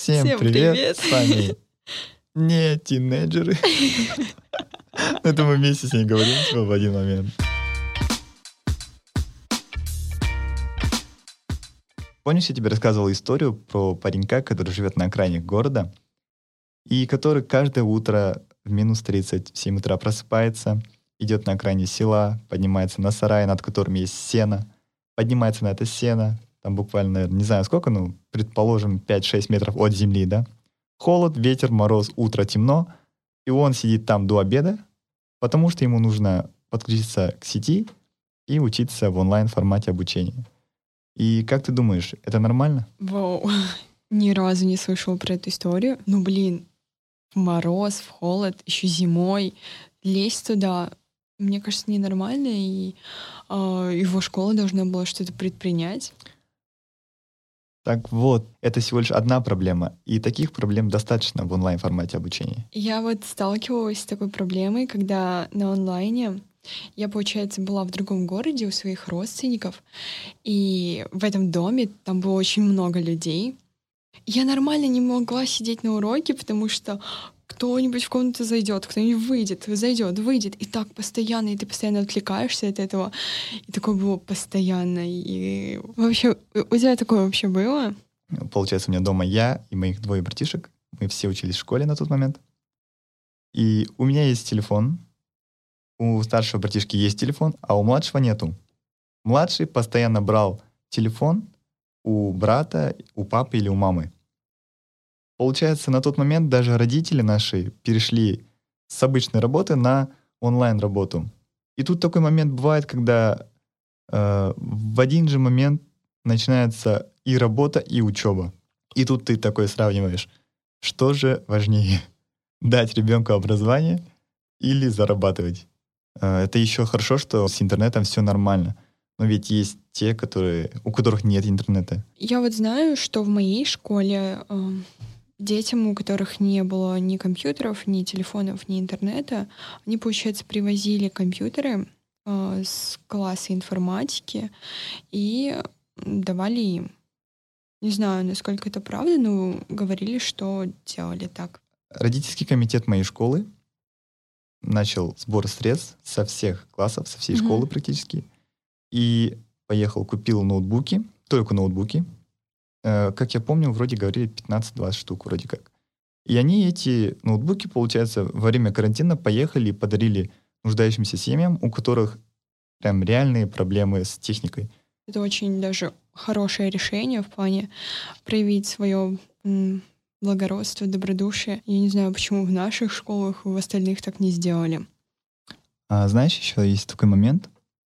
Всем привет! С вами не тинейджеры. Это мы вместе с ней говорим в один момент. Помнишь, я тебе рассказывал историю про паренька, который живет на окраине города, и который каждое утро в минус 30 в 7 утра просыпается, идет на окраине села, поднимается на сарай, над которым есть сено, поднимается на это сено, там буквально, наверное, не знаю сколько, ну, предположим, 5-6 метров от земли, да? Холод, ветер, мороз, утро, темно, и он сидит там до обеда, потому что ему нужно подключиться к сети и учиться в онлайн-формате обучения. И как ты думаешь, это нормально? Вау, ни разу не слышала про эту историю. Ну, блин, в мороз, в холод, еще зимой, лезть туда, мне кажется, ненормально, и его школа должна была что-то предпринять. Так вот, это всего лишь одна проблема, и таких проблем достаточно в онлайн-формате обучения. Я вот сталкивалась с такой проблемой, когда на онлайне я, получается, была в другом городе у своих родственников, и в этом доме там было очень много людей. Я нормально не могла сидеть на уроке, потому что кто-нибудь в комнату зайдет, кто-нибудь выйдет, и так постоянно, и ты постоянно отвлекаешься от этого. И такое было постоянно. И вообще, у тебя такое вообще было? Получается, у меня дома я и моих двое братишек. Мы все учились в школе на тот момент. И у меня есть телефон. У старшего братишки есть телефон, а у младшего нету. Младший постоянно брал телефон у брата, у папы или у мамы. Получается, на тот момент даже родители наши перешли с обычной работы на онлайн-работу. И тут такой момент бывает, когда в один же момент начинается и работа, и учеба. И тут ты такой сравниваешь, что же важнее, дать ребенку образование или зарабатывать. Это еще хорошо, что с интернетом все нормально. Но ведь есть те, у которых нет интернета. Я вот знаю, что в моей школе детям, у которых не было ни компьютеров, ни телефонов, ни интернета, они, получается, привозили компьютеры с класса информатики и давали им. Не знаю, насколько это правда, но говорили, что делали так. Родительский комитет моей школы начал сбор средств со всех классов, со всей школы практически. И поехал, купил ноутбуки, только ноутбуки. Как я помню, вроде говорили 15-20 штук, вроде как. И они, эти ноутбуки, получается, во время карантина поехали и подарили нуждающимся семьям, у которых прям реальные проблемы с техникой. Это очень даже хорошее решение в плане проявить свое благородство, добродушие. Я не знаю, почему в наших школах, в остальных так не сделали. А знаешь, еще есть такой момент.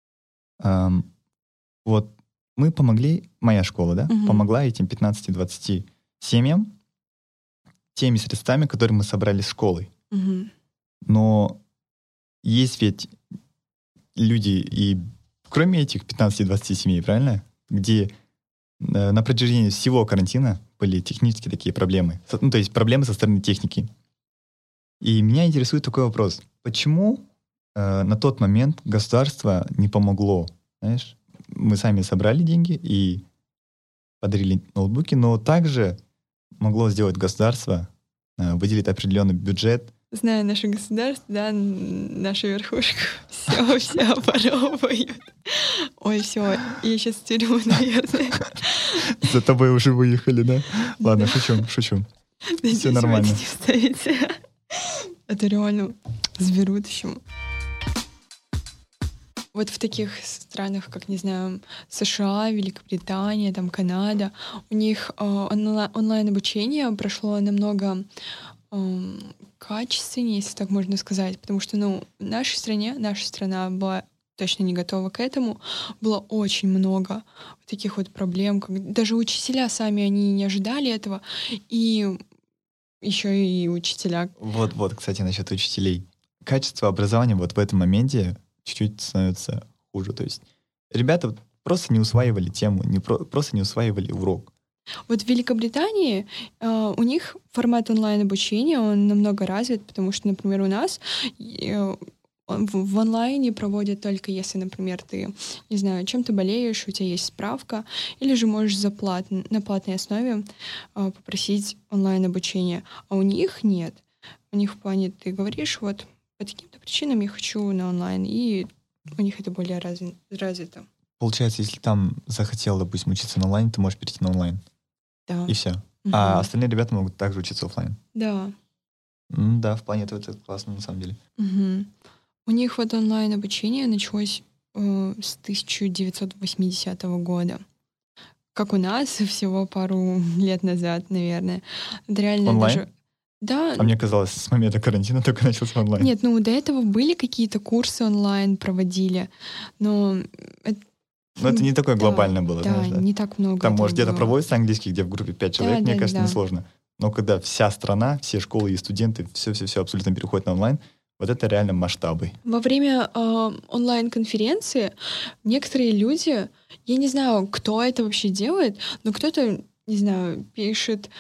Вот мы помогли, моя школа, да, помогла этим 15-20 семьям теми средствами, которые мы собрали с школой. Но есть ведь люди и кроме этих 15-20 семей, правильно? Где на протяжении всего карантина были технические такие проблемы. Ну, то есть проблемы со стороны техники. И меня интересует такой вопрос. Почему на тот момент государство не помогло? Знаешь, мы сами собрали деньги и подарили ноутбуки, но также могло сделать государство, выделить определенный бюджет. Знаю наше государство, да, нашу верхушку, все воровывают. Ой, все, я сейчас в тюрьму, наверное. За тобой уже выехали, да? Ладно, шучу. Все нормально. Это реально заберут еще. Вот в таких странах, как, не знаю, США, Великобритания, там, Канада, у них онлайн-обучение прошло намного качественнее, если так можно сказать, потому что, в нашей стране, наша страна была точно не готова к этому, было очень много таких вот проблем, как даже учителя сами, они не ожидали этого, и еще и учителя. Вот, кстати, насчет учителей. Качество образования вот в этом моменте чуть-чуть становится хуже. То есть ребята просто не усваивали тему, просто не усваивали урок. Вот в Великобритании у них формат онлайн-обучения, он намного развит, потому что, например, у нас в онлайне проводят только если, например, ты, не знаю, чем-то болеешь, у тебя есть справка, или же можешь на платной основе попросить онлайн-обучение. А у них нет. У них в плане ты говоришь, вот по таким-то причинам я хочу на онлайн, и у них это более развито. Получается, если там захотел, допустим, учиться на онлайн, ты можешь перейти на онлайн. Да. И все. А остальные ребята могут также учиться офлайн. Да. Да, в плане этого это классно, на самом деле. У них вот онлайн-обучение началось с 1980 года. Как у нас, всего пару лет назад, наверное. Это реально онлайн? даже... Да. А мне казалось, с момента карантина только начался онлайн. Нет, ну до этого были какие-то курсы онлайн, проводили, но... Но это не такое глобальное было, да, знаешь, да? Не так много. Там, может, где-то было. проводится английский, где в группе 5 человек, мне кажется, несложно. Но когда вся страна, все школы и студенты, все абсолютно переходят на онлайн, вот это реально масштабы. Во время онлайн-конференции некоторые люди, я не знаю, кто это вообще делает, но кто-то, не знаю, пишет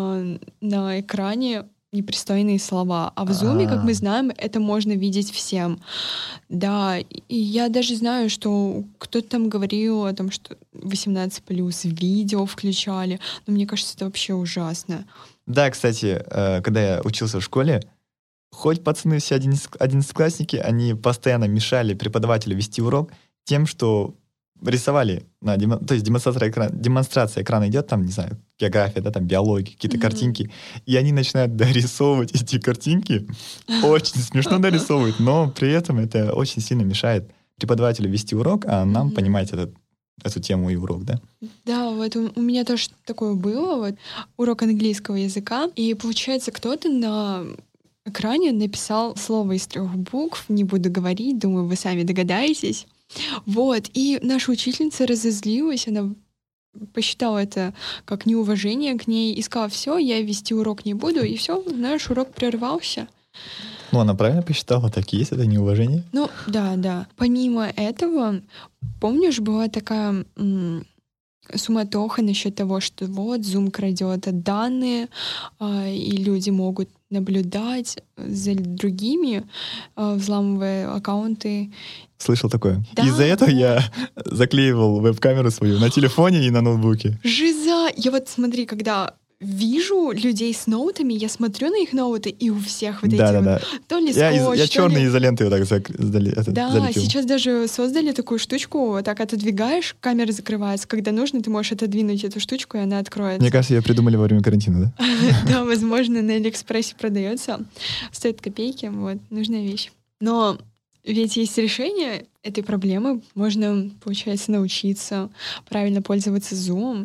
на экране непристойные слова. А в Zoom, как мы знаем, это можно видеть всем. Да, и я даже знаю, что кто-то там говорил о том, что 18+, видео включали. Но мне кажется, это вообще ужасно. Да, кстати, когда я учился в школе, хоть пацаны все одиннадцатиклассники, они постоянно мешали преподавателю вести урок тем, что рисовали, то есть демонстрация экрана идет, там, не знаю, география, да, там, биология, какие-то картинки, и они начинают дорисовывать эти картинки, очень смешно дорисовывают, но при этом это очень сильно мешает преподавателю вести урок, а нам понимать эту тему и урок, да? Да, вот у меня тоже такое было, вот, урок английского языка, и получается, кто-то на экране написал слово из 3 букв, не буду говорить, думаю, вы сами догадаетесь. Вот, и наша учительница разозлилась, она посчитала это как неуважение к ней и сказала, все, я вести урок не буду, и все, наш урок прервался. Ну, она правильно посчитала, так и есть, это неуважение? Ну, да. Помимо этого, помнишь, была такая суматоха насчет того, что вот Zoom крадет данные, и люди могут наблюдать за другими, взламывая аккаунты. Слышал такое. Да. Из-за этого я заклеивал веб-камеру свою на телефоне и на ноутбуке. Жиза! Я вот смотри, когда вижу людей с ноутами, я смотрю на их ноуты, и у всех вот эти вот то ли скотч, я черной изолентой вот так залепил. Да, залепил. сейчас даже создали такую штучку, вот так отодвигаешь, камера закрывается. Когда нужно, ты можешь отодвинуть эту штучку, и она откроется. Мне кажется, ее придумали во время карантина, да? Да, возможно, на Алиэкспрессе продается. Стоит копейки, вот, нужная вещь. Но ведь есть решение этой проблемы. Можно, получается, научиться правильно пользоваться Zoom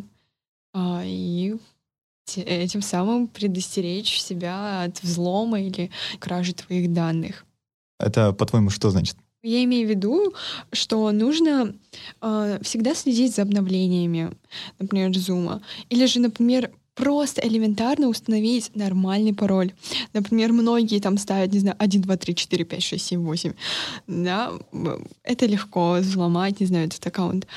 и этим самым предостеречь себя от взлома или кражи твоих данных. Это, по-твоему, что значит? Я имею в виду, что нужно всегда следить за обновлениями, например, Zoom. Или же, например, просто элементарно установить нормальный пароль. Например, многие там ставят, не знаю, 1, 2, 3, 4, 5, 6, 7, 8. Да? Это легко взломать, не знаю, этот аккаунт.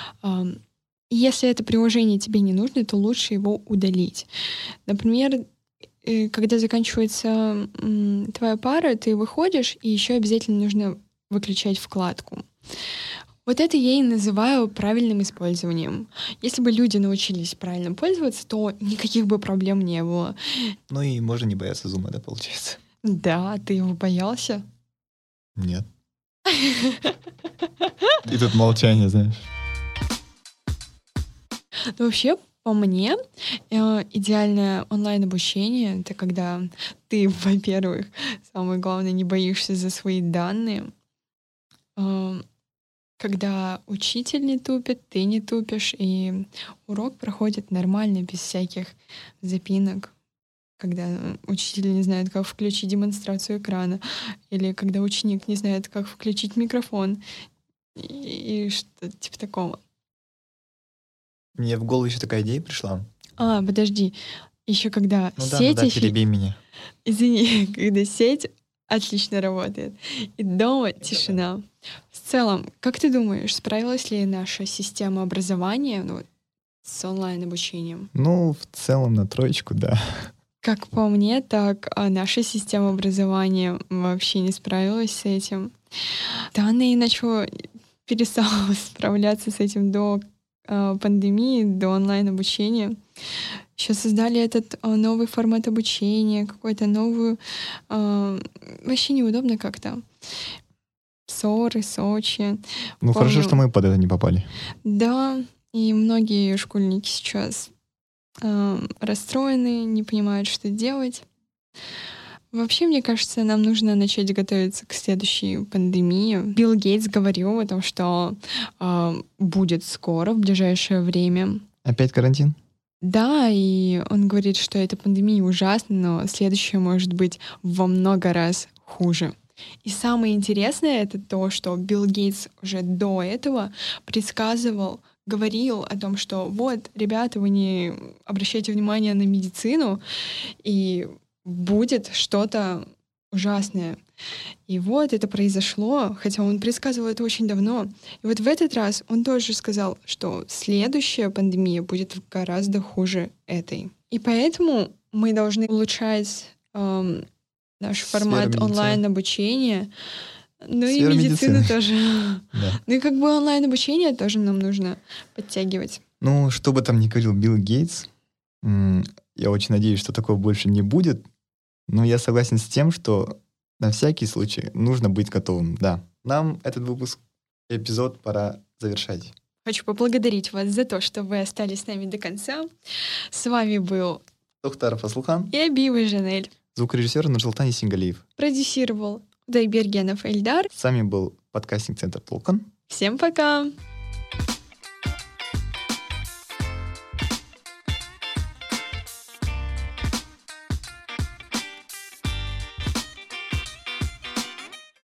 Если это приложение тебе не нужно, то лучше его удалить. Например, когда заканчивается твоя пара, ты выходишь, и еще обязательно нужно выключать вкладку. Вот это я и называю правильным использованием. Если бы люди научились правильно пользоваться, то никаких бы проблем не было. Ну и можно не бояться зума, да, получается? Да, ты его боялся? Нет. И тут молчание, знаешь. Но вообще, по мне, идеальное онлайн-обучение — это когда ты, во-первых, самое главное, не боишься за свои данные, когда учитель не тупит, ты не тупишь, и урок проходит нормально, без всяких запинок. Когда учитель не знает, как включить демонстрацию экрана, или когда ученик не знает, как включить микрофон, и что-то типа такого. Мне в голову еще такая идея пришла. Подожди. Еще когда сеть... перебей меня. Извини, когда сеть отлично работает, и дома тишина. В целом, как ты думаешь, справилась ли наша система образования с онлайн-обучением? Ну, в целом на 3, да. Как по мне, так наша система образования вообще не справилась с этим. Да, она иначе перестала справляться с этим до пандемии, до онлайн-обучения. Сейчас создали этот новый формат обучения, какой-то новую... вообще неудобно как-то. Ссоры, Сочи. Ну, Помню. хорошо, что мы под это не попали. Да, и многие школьники сейчас расстроены, не понимают, что делать. Вообще, мне кажется, нам нужно начать готовиться к следующей пандемии. Билл Гейтс говорил о том, что будет скоро, в ближайшее время. Опять карантин? Да, и он говорит, что эта пандемия ужасна, но следующая может быть во много раз хуже. И самое интересное это то, что Билл Гейтс уже до этого предсказывал, говорил о том, что вот, ребята, вы не обращайте внимания на медицину, и будет что-то ужасное. И вот это произошло, хотя он предсказывал это очень давно. И вот в этот раз он тоже сказал, что следующая пандемия будет гораздо хуже этой. И поэтому мы должны улучшать наш формат онлайн-обучения. Ну и медицину тоже. Да. Ну и как бы онлайн-обучение тоже нам нужно подтягивать. Ну, что бы там ни говорил Билл Гейтс, я очень надеюсь, что такого больше не будет. Но я согласен с тем, что на всякий случай нужно быть готовым. Да, нам этот выпуск, эпизод пора завершать. Хочу поблагодарить вас за то, что вы остались с нами до конца. С вами был Тохтаров Аслухан и Абиева Жанель. Звукорежиссер Нурсултан Исингалиев. Продюсировал Удайбергенов Эльдар. С вами был подкастинг-центр Толкан. Всем пока!